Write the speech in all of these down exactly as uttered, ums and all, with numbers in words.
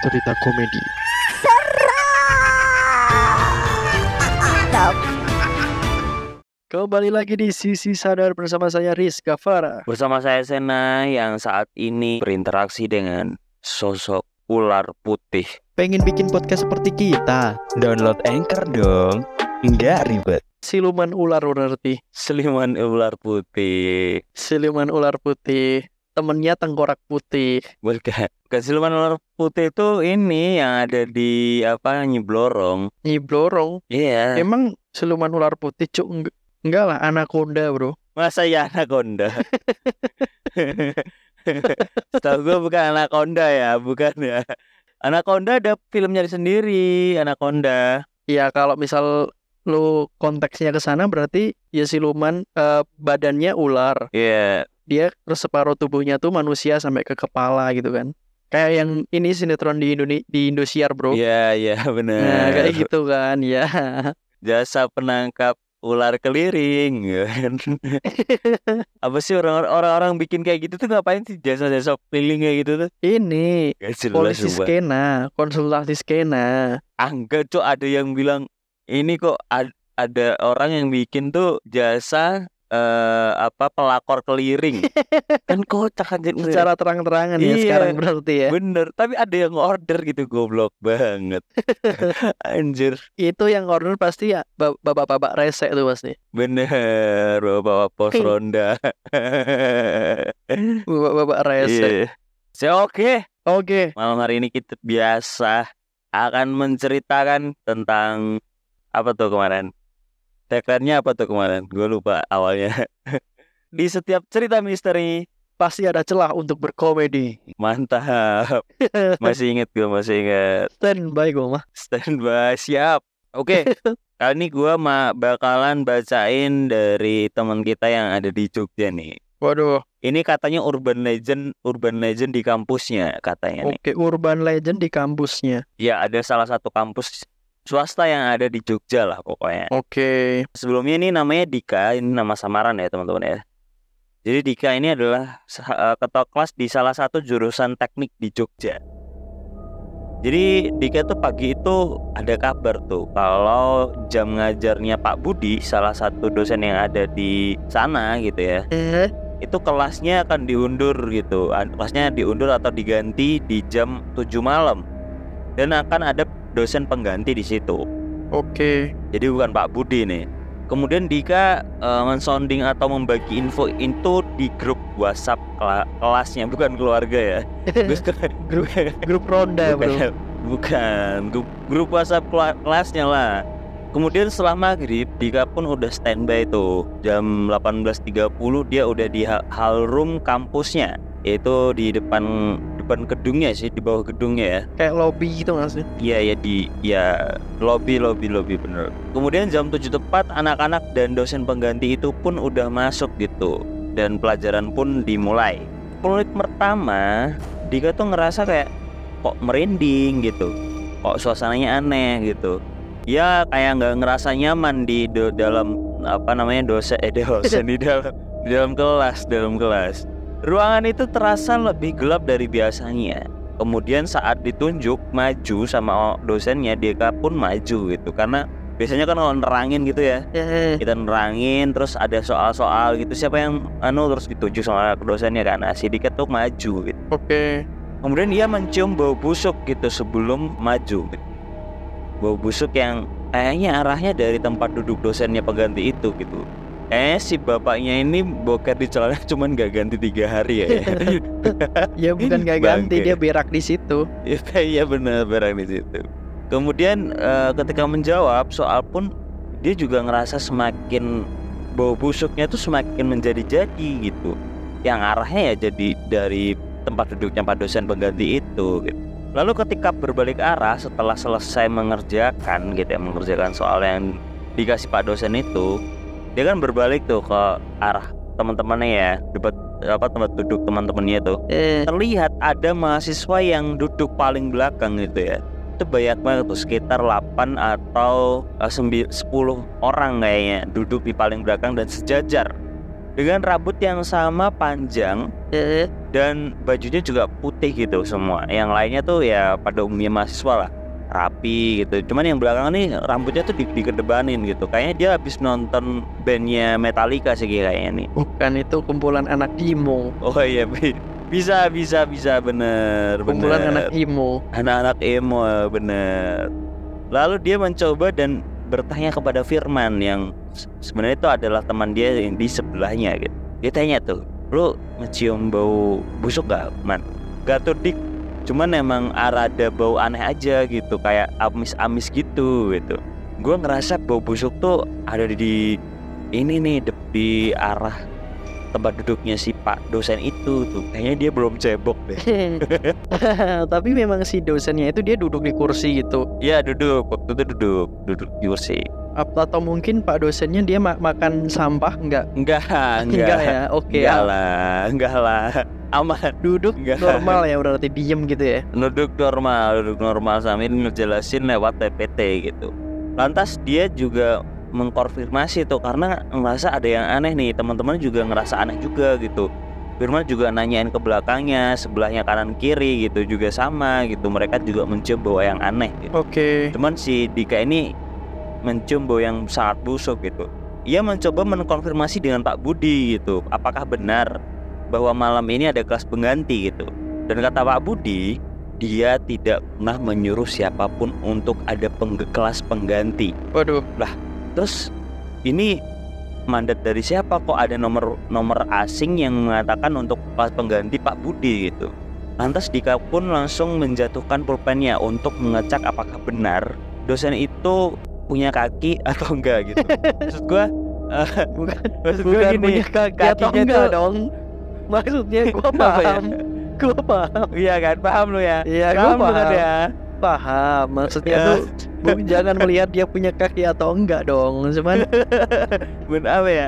cerita komedi. Kembali lagi di Sisi Sadar bersama saya Rizka Farah. Bersama saya Sena yang saat ini berinteraksi dengan sosok ular putih. Pengen bikin podcast seperti kita? Download Anchor dong, nggak ribet. Siluman ular berarti. Siluman ular putih. Siluman ular putih. Temennya tengkorak putih. Bukan, bukan siluman ular putih itu ini yang ada di apa Nyiblorong. Nyiblorong. Iya. Yeah. Emang siluman ular putih cuk enggak, enggak lah, anaconda bro. Masa ya anaconda? Setahu gue bukan anaconda ya, bukan ya. Anaconda ada filmnya sendiri, Anaconda. Ya kalau misal lu konteksnya ke sana berarti ya siluman uh, badannya ular. Iya. Yeah. Dia separuh tubuhnya tuh manusia sampai ke kepala gitu kan. Kayak yang ini sinetron di Indone- di Indosiar bro. Iya, iya benar. Nah kayak gitu kan ya. Jasa penangkap ular keliling kan. Apa sih orang orang bikin kayak gitu tuh ngapain sih jasa-jasa keliling kayak gitu tuh? Ini polisi sumpah. skena, konsultasi skena. Angga tuh ada yang bilang ini kok ad- ada orang yang bikin tuh jasa uh, apa pelakor keliling. Kan kocak anjir secara terang-terangan ya iya, sekarang berarti ya. Bener, tapi ada yang order gitu, goblok banget. Anjir. Itu yang order pasti ya bapak-bapak resek tuh pasti. Bener, bapak-bapak pos ronda. Bapak-bapak resek. Iya. So, oke. Okay. Oke. Okay. Malam hari ini kita biasa akan menceritakan tentang apa tuh kemarin? Tagline-nya apa tuh kemarin? Gue lupa awalnya. Di setiap cerita misteri pasti ada celah untuk berkomedi. Mantap. Masih inget gue, masih inget. Standby gue mah. Standby, siap. Oke. Okay. Kali ini gue ma- bakalan bacain dari teman kita yang ada di Jogja nih. Waduh. Ini katanya urban legend, urban legend di kampusnya katanya nih. Oke, urban legend di kampusnya. Ya, ada salah satu kampus swasta yang ada di Jogja lah pokoknya. Oke. Sebelumnya ini namanya Dika, ini nama samaran ya teman-teman ya. Jadi Dika ini adalah uh, ketua kelas di salah satu jurusan teknik di Jogja. Jadi Dika tuh pagi itu ada kabar tuh kalau jam ngajarnya Pak Budi, salah satu dosen yang ada di sana gitu ya. Eh? Itu kelasnya akan diundur gitu. Kelasnya diundur atau diganti di jam tujuh malam. Dan akan ada dosen pengganti di situ. Oke. Jadi bukan Pak Budi nih. Kemudian Dika uh, men-sounding atau membagi info itu di grup WhatsApp kela- kelasnya, bukan keluarga ya. grup grup ronda bukan, bro. Bukan grup, grup WhatsApp kela- kelasnya lah. Kemudian setelah maghrib Dika pun udah standby tuh. Jam delapan belas tiga puluh dia udah di hall room kampusnya, yaitu di depan depan gedungnya sih, di bawah gedungnya ya. Kayak lobby gitu nggak sih? Iya ya di ya lobby lobby lobby bener. Kemudian jam tujuh tepat anak-anak dan dosen pengganti itu pun udah masuk gitu. Dan pelajaran pun dimulai. Menit pertama Dika tuh ngerasa kayak kok merinding gitu. Kok suasananya aneh gitu. Ya kayak nggak ngerasa nyaman di do, dalam apa namanya dosen eh dosen di dalam di dalam kelas dalam kelas. Ruangan itu terasa lebih gelap dari biasanya. Kemudian saat ditunjuk maju sama dosennya, dia pun maju gitu. Karena biasanya kan kalau nerangin gitu ya, kita nerangin terus ada soal-soal gitu, siapa yang anu terus ditunjuk sama dosennya kan. Nah, si Dika tuh maju gitu. Oke. Kemudian dia mencium bau busuk gitu sebelum maju gitu. Bau busuk yang kayaknya arahnya dari tempat duduk dosennya pengganti itu gitu. Eh si bapaknya ini boker di celana cuman gak ganti tiga hari ya. Ya bukan gak ganti, dia berak di situ. Iya benar, berak di situ. Kemudian uh, ketika menjawab soal pun dia juga ngerasa semakin bau busuknya tuh semakin menjadi-jadi gitu. Yang arahnya ya jadi dari tempat duduknya Pak dosen pengganti itu gitu. Lalu ketika berbalik arah setelah selesai mengerjakan gitu ya, mengerjakan soal yang dikasih Pak dosen itu, dia kan berbalik tuh ke arah teman-temannya ya, debat apa tempat duduk teman-temannya tuh. Eh. Terlihat ada mahasiswa yang duduk paling belakang gitu ya. Itu banyak banget tuh, sekitar delapan atau uh, sepuluh orang kayaknya duduk di paling belakang dan sejajar dengan rambut yang sama panjang Eh, dan bajunya juga putih gitu semua. Yang lainnya tuh ya pada umumnya mahasiswa lah, rapi gitu. Cuman yang belakang nih rambutnya tuh di- dikedebanin gitu. Kayaknya dia habis nonton bandnya Metallica sih kayaknya nih. bukan, itu kumpulan anak emo. Oh iya, bi- bisa bisa bisa bener Kumpulan bener. anak emo. Anak-anak emo, bener. Lalu dia mencoba dan bertanya kepada Firman yang se- sebenarnya itu adalah teman dia yang di sebelahnya gitu. Dia tanya tuh, lu ngecium bau busuk gak, Man? Gak tuh, Dik. Cuman emang ada bau aneh aja gitu, kayak amis-amis gitu gitu. Gue ngerasa bau busuk tuh ada di ini nih, de- di arah tempat duduknya si Pak dosen itu tuh. Kayaknya dia belum cebok deh. Tapi memang si dosennya itu dia duduk di kursi gitu. Iya duduk, waktu itu duduk, duduk di kursi. Apa- Atau mungkin Pak dosennya dia ma- makan sampah enggak? Enggak, enggak, Enggak ya, oke. enggak ah, lah, enggak lah, aman. Duduk Enggak. normal ya, berarti diem gitu ya. Duduk normal, duduk normal sambil ngejelasin lewat P P T gitu. Lantas dia juga mengkonfirmasi tuh karena ngerasa ada yang aneh nih, teman-teman juga ngerasa aneh juga gitu. Firman juga nanyain ke belakangnya, sebelahnya kanan kiri gitu juga sama gitu. Mereka juga mencium bau yang aneh gitu. Oke. Cuman si Dika ini mencium bau yang sangat busuk gitu. Ia mencoba mengkonfirmasi dengan Pak Budi gitu, apakah benar bahwa malam ini ada kelas pengganti gitu. Dan kata Pak Budi, dia tidak pernah menyuruh siapapun untuk ada pengge- kelas pengganti. Waduh. Terus ini mandat dari siapa kok ada nomor nomor asing yang mengatakan untuk kelas pengganti Pak Budi gitu. Lantas Dika pun langsung menjatuhkan pulpennya untuk mengecek apakah benar dosen itu punya kaki atau enggak gitu. Maksud gua eh, Bukan, maksud gua bukan gini, punya kaki atau kakinya enggak tuh- dong. Maksudnya gua Apa ya? paham. Gua paham. Iya kan, paham lu ya? Iya, gua Paham lu kan paham. ya? Paham. Maksudnya Eh. tuh bu, jangan melihat dia punya kaki atau enggak dong. Cuman Bener apa ya?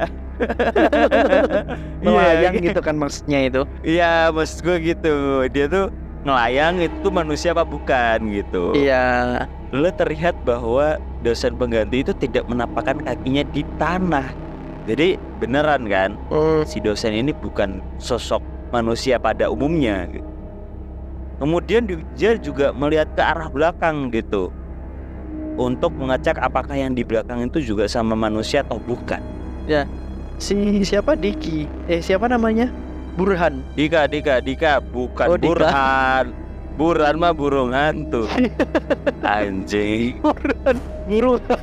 melayang Iya, gitu kan maksudnya itu. Iya, maksud gua gitu. Dia tuh ngelayang itu manusia apa bukan gitu. Iya. Lalu terlihat bahwa dosen pengganti itu tidak menapakkan kakinya di tanah. Jadi beneran kan, Hmm. si dosen ini bukan sosok manusia pada umumnya gitu. Kemudian di- dia juga melihat ke arah belakang gitu, untuk mengecek apakah yang di belakang itu juga sama manusia atau bukan. Si siapa Diki? Eh siapa namanya? Burhan. Dika, Dika, Dika, bukan Oh, Dika. Burhan. Burhan mah burung hantu. Anjing. Burhan. Burhan.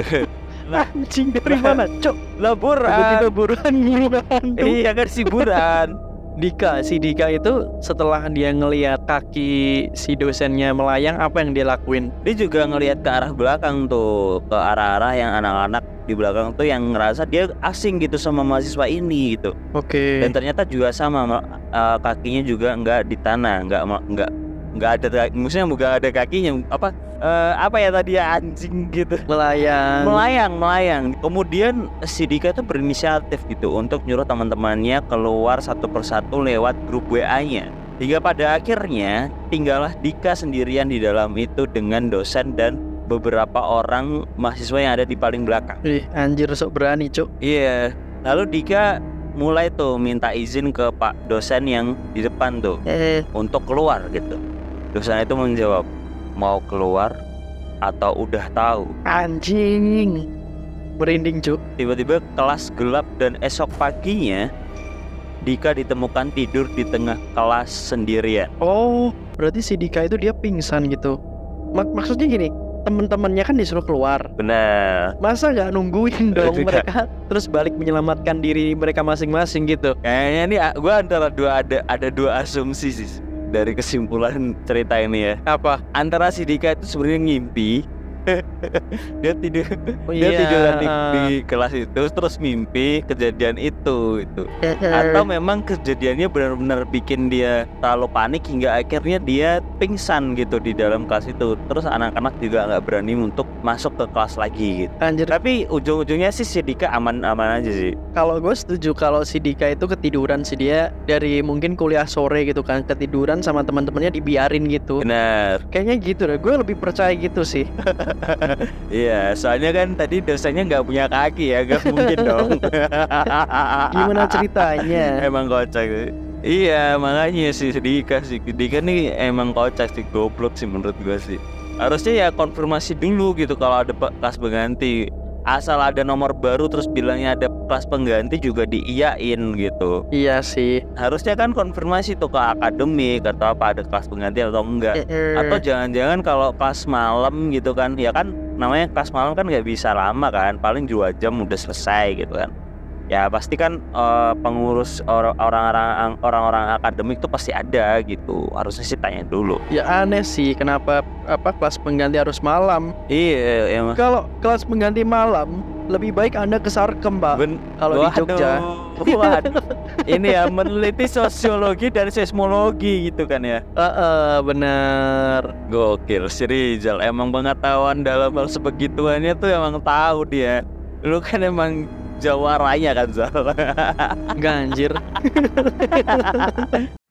Anjing dari mana, Cok? Lah Tiba-tiba Burhan. Burhan burhan hantu. Iya kan si Burhan. Dika, si Dika itu setelah dia ngelihat kaki si dosennya melayang, apa yang dia lakuin? Dia juga ngelihat ke arah belakang tuh, ke arah-arah yang anak-anak di belakang tuh yang ngerasa dia asing gitu sama mahasiswa ini gitu. Oke. Dan ternyata juga sama, ma- eh, kakinya juga nggak di tanah, nggak ma- nggak nggak ada, kaki- maksudnya nggak ada kakinya, apa eh, apa ya tadi ya, anjing gitu. Melayang. Melayang, melayang. Kemudian si Dika itu berinisiatif gitu untuk nyuruh teman-temannya keluar satu persatu lewat grup W A-nya. Hingga pada akhirnya tinggallah Dika sendirian di dalam itu dengan dosen dan beberapa orang mahasiswa yang ada di paling belakang. Ih, anjir sok berani, Cok. Iya. Lalu Dika mulai tuh minta izin ke Pak dosen yang di depan tuh Eh, untuk keluar gitu. Dosen itu menjawab, mau keluar atau udah tahu. anjing. Merinding, Cok. Tiba-tiba kelas gelap dan esok paginya Dika ditemukan tidur di tengah kelas sendirian. Oh, berarti si Dika itu dia pingsan gitu. Mak- maksudnya gini, temen-temennya kan disuruh keluar. Benar. Masa nggak nungguin dong Dika. mereka terus balik menyelamatkan diri mereka masing-masing gitu? Kayaknya nih gue antara dua ada ada dua asumsi sih dari kesimpulan cerita ini ya. Apa? Antara si Dika itu sebenarnya ngimpi. dia tidur Oh, dia iya. tiduran di, di kelas itu terus mimpi kejadian itu itu atau memang kejadiannya benar-benar bikin dia terlalu panik hingga akhirnya dia pingsan gitu di dalam kelas itu, terus anak-anak juga nggak berani untuk masuk ke kelas lagi gitu. Anjir, Tapi ujung-ujungnya sih si Dika aman-aman aja sih. kalau gue setuju kalau si Dika itu ketiduran sih, dia dari mungkin kuliah sore gitu kan, ketiduran sama teman-temannya dibiarin gitu. Benar. Kayaknya gitu deh, gue lebih percaya gitu sih. Iya, soalnya kan tadi dosennya nggak punya kaki ya, nggak mungkin dong. Gimana ceritanya? Emang kocak. Iya, makanya sih Dika sih, Dika nih emang kocak sih, goblok sih menurut gua sih. Harusnya ya konfirmasi dulu gitu kalau ada pe- kelas pengganti. Asal ada nomor baru terus bilangnya ada kelas pengganti juga diiyain gitu. Iya sih. Harusnya kan konfirmasi tuh ke akademik atau apa ada kelas pengganti atau enggak. Eh, Atau jangan-jangan kalau kelas malam gitu kan, ya kan namanya kelas malam kan nggak bisa lama kan, paling dua jam udah selesai gitu kan. Ya pasti kan eh, pengurus or- orang-orang orang-orang akademik tuh pasti ada gitu. Harusnya sih tanya dulu. Ya aneh sih kenapa apa kelas pengganti harus malam. Iya emang. Kalau kelas pengganti malam lebih baik Anda ke Sarkem, Pak. Ben- Kalau di Jogja. Waduh. Ini ya meneliti sosiologi dan seismologi gitu kan ya. Heeh, bener. Gokil si Rizal, emang pengetahuan dalam hal sebegituannya tuh emang tahu dia. Lu kan emang jawaranya kan Zal. Ganjir.